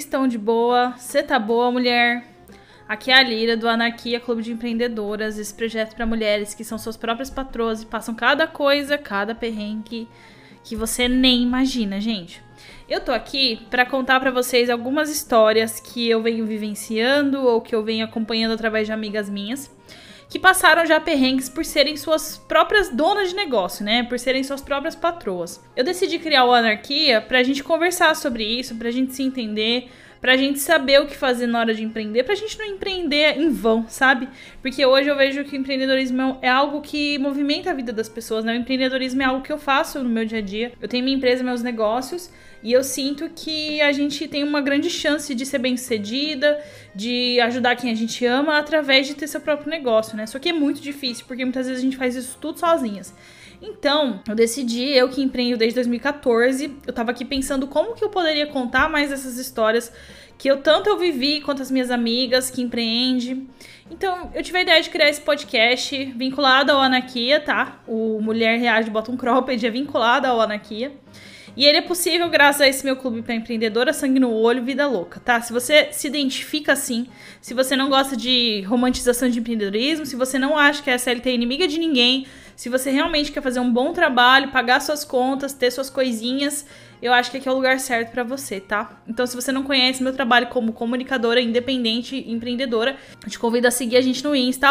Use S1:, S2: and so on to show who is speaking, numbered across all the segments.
S1: vocês estão de boa? Você tá boa, mulher? Aqui é a Lira, do Anarquia Clube de Empreendedoras, esse projeto para mulheres que são suas próprias patroas e passam cada coisa, cada perrengue que você nem imagina, gente. Eu tô aqui para contar para vocês algumas histórias que eu venho vivenciando ou que eu venho acompanhando através de amigas minhas, que passaram já perrengues por serem suas próprias donas de negócio, né? Por serem suas próprias patroas. Eu decidi criar o Anarquia pra gente conversar sobre isso, pra gente se entender, pra gente saber o que fazer na hora de empreender, pra gente não empreender em vão, sabe? Porque hoje eu vejo que o empreendedorismo é algo que movimenta a vida das pessoas, né? O empreendedorismo é algo que eu faço no meu dia a dia. Eu tenho minha empresa, meus negócios, e eu sinto que a gente tem uma grande chance de ser bem-sucedida, de ajudar quem a gente ama através de ter seu próprio negócio, né? Só que é muito difícil, porque muitas vezes a gente faz isso tudo sozinhas. Então, eu decidi, eu que empreendo desde 2014, eu tava aqui pensando como que eu poderia contar mais essas histórias que eu vivi quanto as minhas amigas que empreendem. Então, eu tive a ideia de criar esse podcast vinculado ao Anarquia, tá? O Mulher Reage Bota um Cropped é vinculado ao Anarquia. E ele é possível graças a esse meu clube para empreendedora, sangue no olho, vida louca, tá? Se você se identifica assim, se você não gosta de romantização de empreendedorismo, se você não acha que a CLT é inimiga de ninguém, se você realmente quer fazer um bom trabalho, pagar suas contas, ter suas coisinhas, eu acho que aqui é o lugar certo para você, tá? Então, se você não conhece meu trabalho como comunicadora independente e empreendedora, eu te convido a seguir a gente no Insta,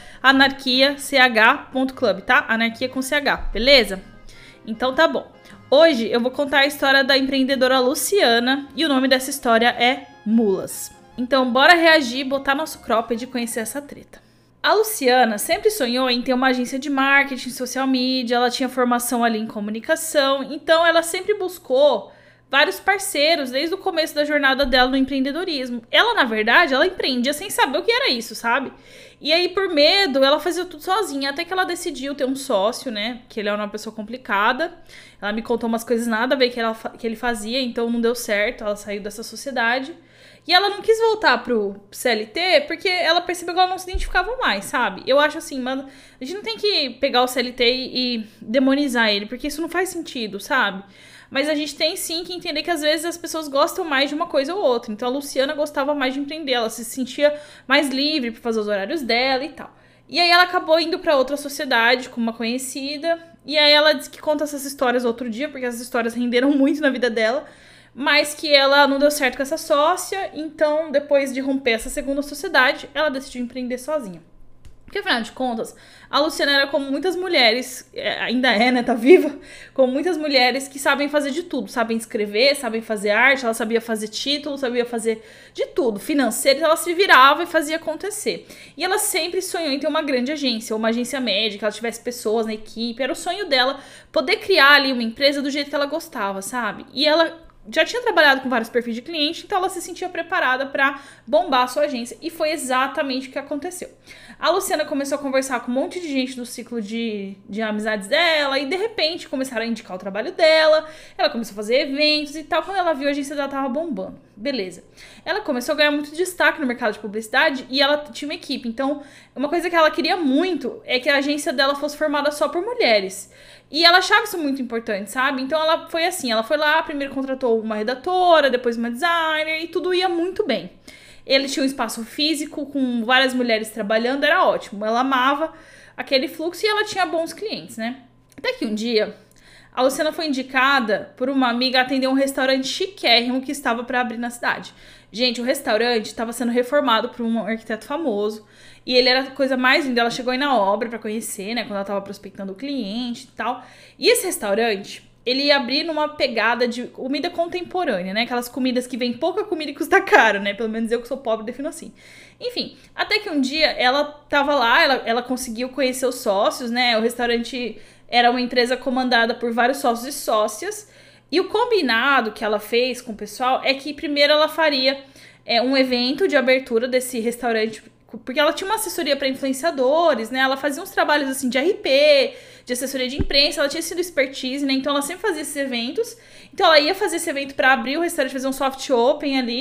S1: @anarquiach.club, tá? Anarquia com CH, beleza? Então tá bom. Hoje eu vou contar a história da empreendedora Luciana e o nome dessa história é Mulas. Então bora reagir, botar nosso cropped e conhecer essa treta. A Luciana sempre sonhou em ter uma agência de marketing, social media, ela tinha formação ali em comunicação, então ela sempre buscou vários parceiros desde o começo da jornada dela no empreendedorismo. Ela, na verdade, ela empreendia sem saber o que era isso, sabe? E aí, por medo, ela fazia tudo sozinha, até que ela decidiu ter um sócio, né? Que ele era uma pessoa complicada. Ela me contou umas coisas nada a ver que ele fazia, então não deu certo, ela saiu dessa sociedade. E ela não quis voltar pro CLT porque ela percebeu que ela não se identificava mais, sabe? Eu acho assim, mano, a gente não tem que pegar o CLT e demonizar ele, porque isso não faz sentido, sabe? Mas a gente tem sim que entender que às vezes as pessoas gostam mais de uma coisa ou outra. Então a Luciana gostava mais de empreender, ela se sentia mais livre para fazer os horários dela e tal. E aí ela acabou indo para outra sociedade com uma conhecida. E aí ela disse que conta essas histórias outro dia, porque essas histórias renderam muito na vida dela. Mas que ela não deu certo com essa sócia, então depois de romper essa segunda sociedade, ela decidiu empreender sozinha. Porque, afinal de contas, a Luciana era como muitas mulheres, ainda é, né, tá viva, como muitas mulheres que sabem fazer de tudo, sabem escrever, sabem fazer arte, ela sabia fazer título, sabia fazer de tudo, financeiro, ela se virava e fazia acontecer. E ela sempre sonhou em ter uma grande agência, ou uma agência médica, ela tivesse pessoas na equipe, era o sonho dela poder criar ali uma empresa do jeito que ela gostava, sabe? E ela já tinha trabalhado com vários perfis de cliente, então ela se sentia preparada para bombar a sua agência. E foi exatamente o que aconteceu. A Luciana começou a conversar com um monte de gente do ciclo de amizades dela, e de repente começaram a indicar o trabalho dela, ela começou a fazer eventos e tal. Quando ela viu, a agência dela tava bombando. Beleza. Ela começou a ganhar muito destaque no mercado de publicidade e ela tinha uma equipe. Então, uma coisa que ela queria muito é que a agência dela fosse formada só por mulheres. E ela achava isso muito importante, sabe? Então ela foi assim, ela foi lá, primeiro contratou uma redatora, depois uma designer e tudo ia muito bem. Ele tinha um espaço físico com várias mulheres trabalhando, era ótimo. Ela amava aquele fluxo e ela tinha bons clientes, né? Até que um dia, a Luciana foi indicada por uma amiga a atender um restaurante chiquérrimo que estava para abrir na cidade. Gente, o restaurante estava sendo reformado por um arquiteto famoso e ele era a coisa mais linda. Ela chegou aí na obra para conhecer, né, quando ela estava prospectando o cliente e tal. E esse restaurante, ele ia abrir numa pegada de comida contemporânea, né? Aquelas comidas que vem pouca comida e custa caro, né? Pelo menos eu que sou pobre defino assim. Enfim, até que um dia ela tava lá, ela conseguiu conhecer os sócios, né? O restaurante era uma empresa comandada por vários sócios e sócias. E o combinado que ela fez com o pessoal é que primeiro ela faria um evento de abertura desse restaurante, porque ela tinha uma assessoria para influenciadores, né? Ela fazia uns trabalhos assim de RP, de assessoria de imprensa, ela tinha sido expertise, né? Então ela sempre fazia esses eventos. Então ela ia fazer esse evento para abrir o restaurante, fazer um soft open ali.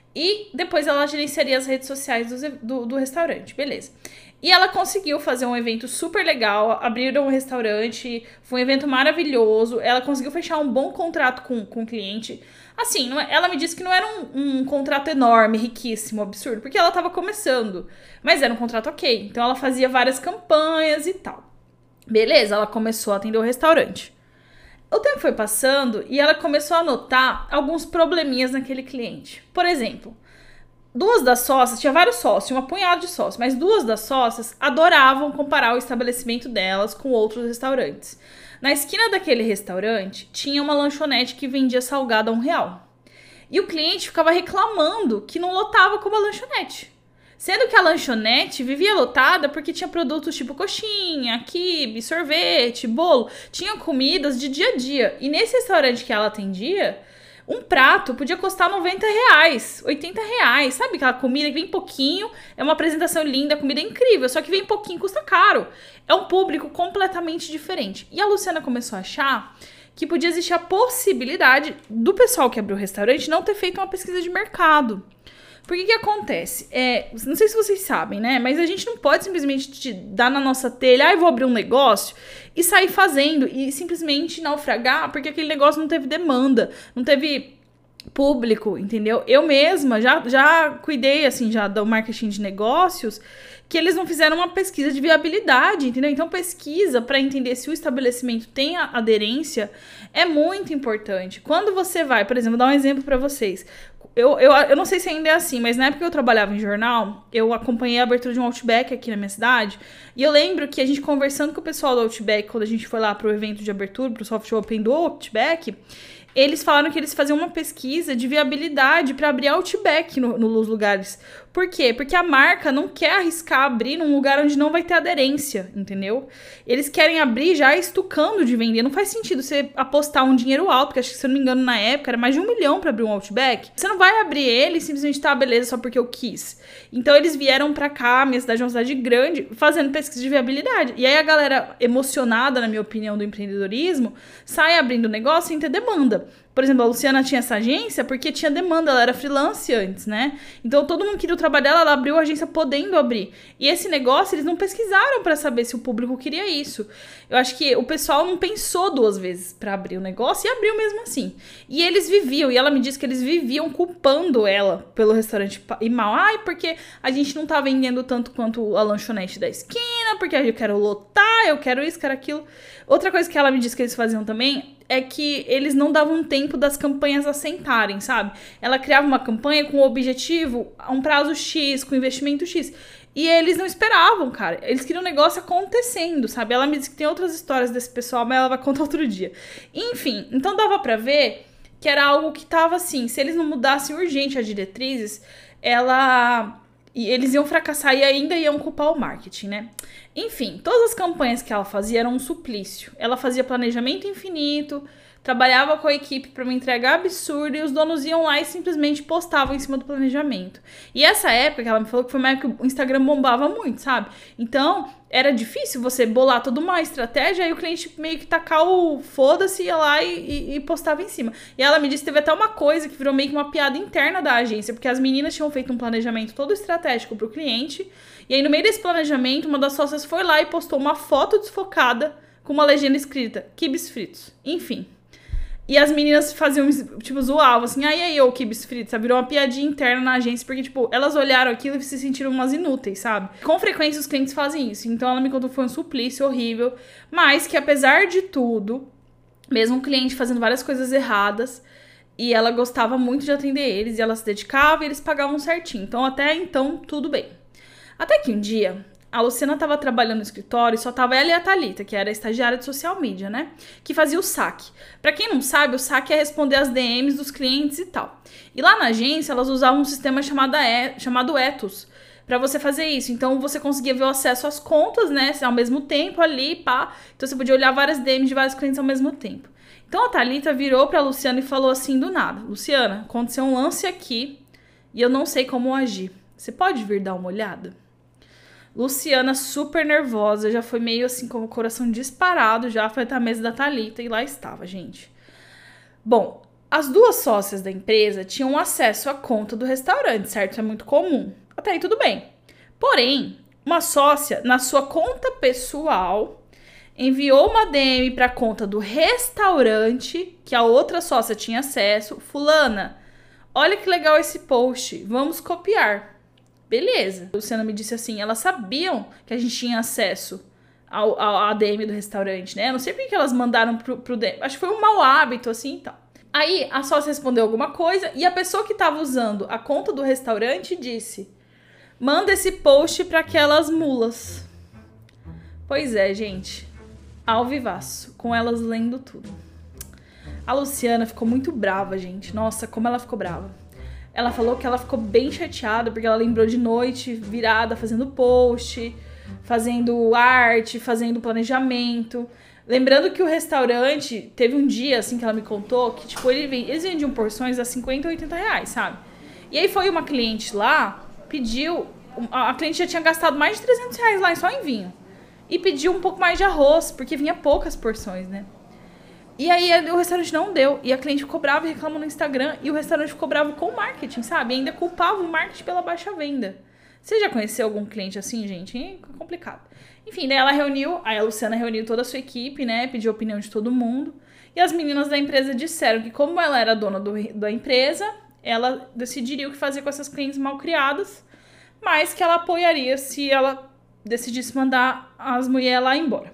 S1: E depois ela gerenciaria as redes sociais do restaurante, beleza. E ela conseguiu fazer um evento super legal, abriram um restaurante, foi um evento maravilhoso, ela conseguiu fechar um bom contrato com o cliente. Assim, ela me disse que não era um contrato enorme, riquíssimo, absurdo, porque ela tava começando, mas era um contrato ok. Então ela fazia várias campanhas e tal. Beleza, ela começou a atender o restaurante. O tempo foi passando e ela começou a notar alguns probleminhas naquele cliente. Por exemplo, duas das sócias, tinha vários sócios, tinha uma punhada de sócios, mas duas das sócias adoravam comparar o estabelecimento delas com outros restaurantes. Na esquina daquele restaurante, tinha uma lanchonete que vendia salgado a R$1. E o cliente ficava reclamando que não lotava como a lanchonete. Sendo que a lanchonete vivia lotada porque tinha produtos tipo coxinha, quibe, sorvete, bolo. Tinha comidas de dia a dia. E nesse restaurante que ela atendia, um prato podia custar R$90, R$80. Sabe aquela comida que vem pouquinho, é uma apresentação linda, a comida é incrível, só que vem pouquinho, custa caro. É um público completamente diferente. E a Luciana começou a achar que podia existir a possibilidade do pessoal que abriu o restaurante não ter feito uma pesquisa de mercado. Porque que acontece? Não sei se vocês sabem, né? Mas a gente não pode simplesmente dar na nossa telha, eu vou abrir um negócio e sair fazendo e simplesmente naufragar porque aquele negócio não teve demanda, não teve público, entendeu? Eu mesma já cuidei, assim, já do marketing de negócios, que eles não fizeram uma pesquisa de viabilidade, entendeu? Então, pesquisa para entender se o estabelecimento tem aderência é muito importante. Quando você vai, por exemplo, vou dar um exemplo para vocês. Eu não sei se ainda é assim, mas na época que eu trabalhava em jornal, eu acompanhei a abertura de um Outback aqui na minha cidade, e eu lembro que a gente conversando com o pessoal do Outback, quando a gente foi lá pro evento de abertura, pro soft open do Outback, eles falaram que eles faziam uma pesquisa de viabilidade para abrir Outback nos lugares. Por quê? Porque a marca não quer arriscar abrir num lugar onde não vai ter aderência, entendeu? Eles querem abrir já estucando de vender. Não faz sentido você apostar um dinheiro alto, porque acho que, se eu não me engano, na época era mais de R$1 milhão para abrir um Outback. Você não vai abrir ele e simplesmente tá, beleza, só porque eu quis. Então eles vieram pra cá, minha cidade é uma cidade grande, fazendo pesquisa de viabilidade. E aí a galera emocionada, na minha opinião, do empreendedorismo, sai abrindo negócio sem ter demanda. Por exemplo, a Luciana tinha essa agência porque tinha demanda, ela era freelance antes, né? Então todo mundo queria o trabalho dela, ela abriu a agência podendo abrir. E esse negócio, eles não pesquisaram pra saber se o público queria isso. Eu acho que o pessoal não pensou duas vezes pra abrir o negócio e abriu mesmo assim. E eles viviam, e ela me disse que eles viviam culpando ela pelo restaurante ir mal. Ai, porque a gente não tá vendendo tanto quanto a lanchonete da esquina, porque eu quero lotar, eu quero isso, quero aquilo. Outra coisa que ela me disse que eles faziam também é que eles não davam tempo das campanhas assentarem, sabe? Ela criava uma campanha com o objetivo a um prazo X, com investimento X. E eles não esperavam, cara. Eles queriam um negócio acontecendo, sabe? Ela me disse que tem outras histórias desse pessoal, mas ela vai contar outro dia. Enfim, então dava pra ver que era algo que tava assim, se eles não mudassem urgente as diretrizes, eles iam fracassar e ainda iam culpar o marketing, né? Enfim, todas as campanhas que ela fazia eram um suplício. Ela fazia planejamento infinito, trabalhava com a equipe para uma entrega absurda e os donos iam lá e simplesmente postavam em cima do planejamento. E essa época que ela me falou que foi uma época que o Instagram bombava muito, sabe? Então, era difícil você bolar toda uma estratégia e o cliente meio que tacar o foda-se, ia lá e postava em cima. E ela me disse que teve até uma coisa que virou meio que uma piada interna da agência, porque as meninas tinham feito um planejamento todo estratégico pro cliente, e aí no meio desse planejamento, uma das sócias foi lá e postou uma foto desfocada com uma legenda escrita, quibes fritos. Enfim. E as meninas faziam, tipo, zoavam, assim, aí, ô, quibes fritos, sabe? Virou uma piadinha interna na agência, porque, tipo, elas olharam aquilo e se sentiram umas inúteis, sabe? Com frequência os clientes fazem isso, então ela me contou que foi um suplício horrível, mas que apesar de tudo, mesmo o cliente fazendo várias coisas erradas, e ela gostava muito de atender eles, e ela se dedicava e eles pagavam certinho, então até então, tudo bem. Até que um dia, a Luciana tava trabalhando no escritório e só tava ela e a Thalita, que era estagiária de social media, né? Que fazia o saque. Pra quem não sabe, o saque é responder as DMs dos clientes e tal. E lá na agência, elas usavam um sistema chamado Ethos pra você fazer isso. Então, você conseguia ver o acesso às contas, né? Ao mesmo tempo ali, pá. Então, você podia olhar várias DMs de vários clientes ao mesmo tempo. Então, a Thalita virou pra Luciana e falou assim do nada: Luciana, aconteceu um lance aqui e eu não sei como agir. Você pode vir dar uma olhada? Luciana, super nervosa, já foi meio assim com o coração disparado, já foi até a mesa da Thalita e lá estava, gente. Bom, As duas sócias da empresa tinham acesso à conta do restaurante, certo? Isso é muito comum. Até aí tudo bem. Porém, uma sócia, na sua conta pessoal, enviou uma DM para a conta do restaurante que a outra sócia tinha acesso. Fulana, olha que legal esse post, vamos copiar. Beleza. A Luciana me disse assim, elas sabiam que a gente tinha acesso ao ADM do restaurante, né? Eu não sei porque elas mandaram pro DM. Acho que foi um mau hábito, assim, e tal. Aí, a sócia respondeu alguma coisa e a pessoa que estava usando a conta do restaurante disse: manda esse post para aquelas mulas. Pois é, gente. Ao vivaço, com elas lendo tudo. A Luciana ficou muito brava, gente. Nossa, como ela ficou brava. Ela falou que ela ficou bem chateada porque ela lembrou de noite, virada, fazendo post, fazendo arte, fazendo planejamento. Lembrando que o restaurante, teve um dia, assim, que ela me contou, que, tipo, eles vendiam porções a 50, 80 reais, sabe? E aí foi uma cliente lá, pediu, a cliente já tinha gastado mais de 300 reais lá só em vinho. E pediu um pouco mais de arroz, porque vinha poucas porções, né? E aí o restaurante não deu, e a cliente ficou brava e reclamou no Instagram, e o restaurante ficou bravo com o marketing, sabe? E ainda culpava o marketing pela baixa venda. Você já conheceu algum cliente assim, gente? É complicado. Enfim, daí aí a Luciana reuniu toda a sua equipe, né? Pediu a opinião de todo mundo. E as meninas da empresa disseram que, como ela era dona da empresa, ela decidiria o que fazer com essas clientes mal criadas, mas que ela apoiaria se ela decidisse mandar as mulheres lá embora.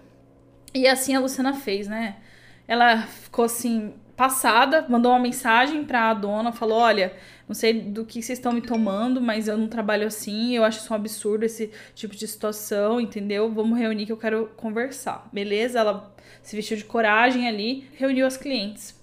S1: E assim a Luciana fez, né? Ela ficou assim, passada, mandou uma mensagem pra dona, falou: olha, não sei do que vocês estão me tomando, mas eu não trabalho assim, eu acho isso um absurdo esse tipo de situação, entendeu? Vamos reunir que eu quero conversar, beleza? Ela se vestiu de coragem ali, reuniu as clientes.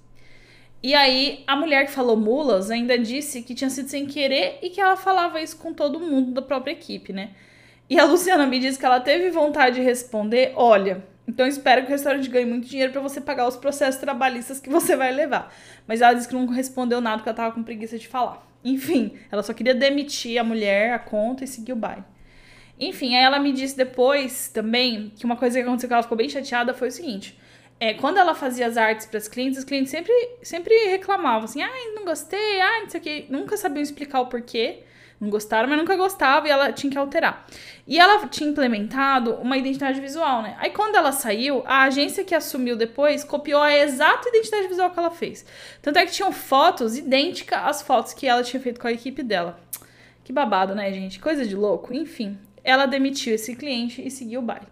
S1: E aí, a mulher que falou mulas ainda disse que tinha sido sem querer e que ela falava isso com todo mundo da própria equipe, né? E a Luciana me disse que ela teve vontade de responder: olha, então espero que o restaurante ganhe muito dinheiro pra você pagar os processos trabalhistas que você vai levar. Mas ela disse que não respondeu nada porque ela tava com preguiça de falar. Enfim, ela só queria demitir a mulher, a conta e seguir o baile. Enfim, aí ela me disse depois também que uma coisa que aconteceu que ela ficou bem chateada foi o seguinte: quando ela fazia as artes para as clientes sempre reclamavam assim: ai, não gostei, ai, não sei o que. Nunca sabiam explicar o porquê. Não gostaram, mas nunca gostava e ela tinha que alterar. E ela tinha implementado uma identidade visual, né? Aí quando ela saiu, a agência que assumiu depois copiou a exata identidade visual que ela fez. Tanto é que tinham fotos idênticas às fotos que ela tinha feito com a equipe dela. Que babado, né, gente? Coisa de louco. Enfim, ela demitiu esse cliente e seguiu o baile.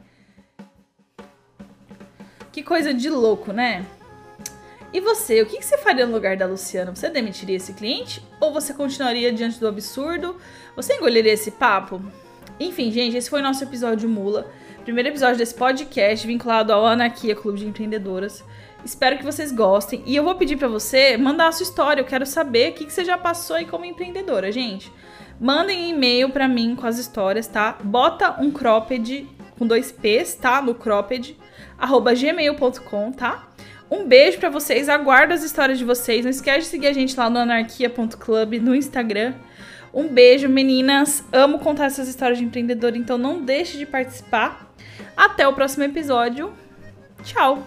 S1: Que coisa de louco, né? E você, o que você faria no lugar da Luciana? Você demitiria esse cliente? Ou você continuaria diante do absurdo? Você engoliria esse papo? Enfim, gente, esse foi o nosso episódio Mula. Primeiro episódio desse podcast vinculado ao Anarquia Clube de Empreendedoras. Espero que vocês gostem. E eu vou pedir pra você mandar a sua história. Eu quero saber o que você já passou aí como empreendedora, gente. Mandem e-mail pra mim com as histórias, tá? Bota um cropped com 2 P's, tá? No cropped, @gmail.com, tá? Um beijo pra vocês, aguardo as histórias de vocês. Não esquece de seguir a gente lá no anarquia.club no Instagram. Um beijo, meninas. Amo contar essas histórias de empreendedor, então não deixe de participar. Até o próximo episódio. Tchau!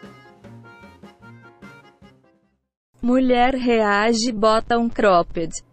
S2: Mulher reage, bota um cropped.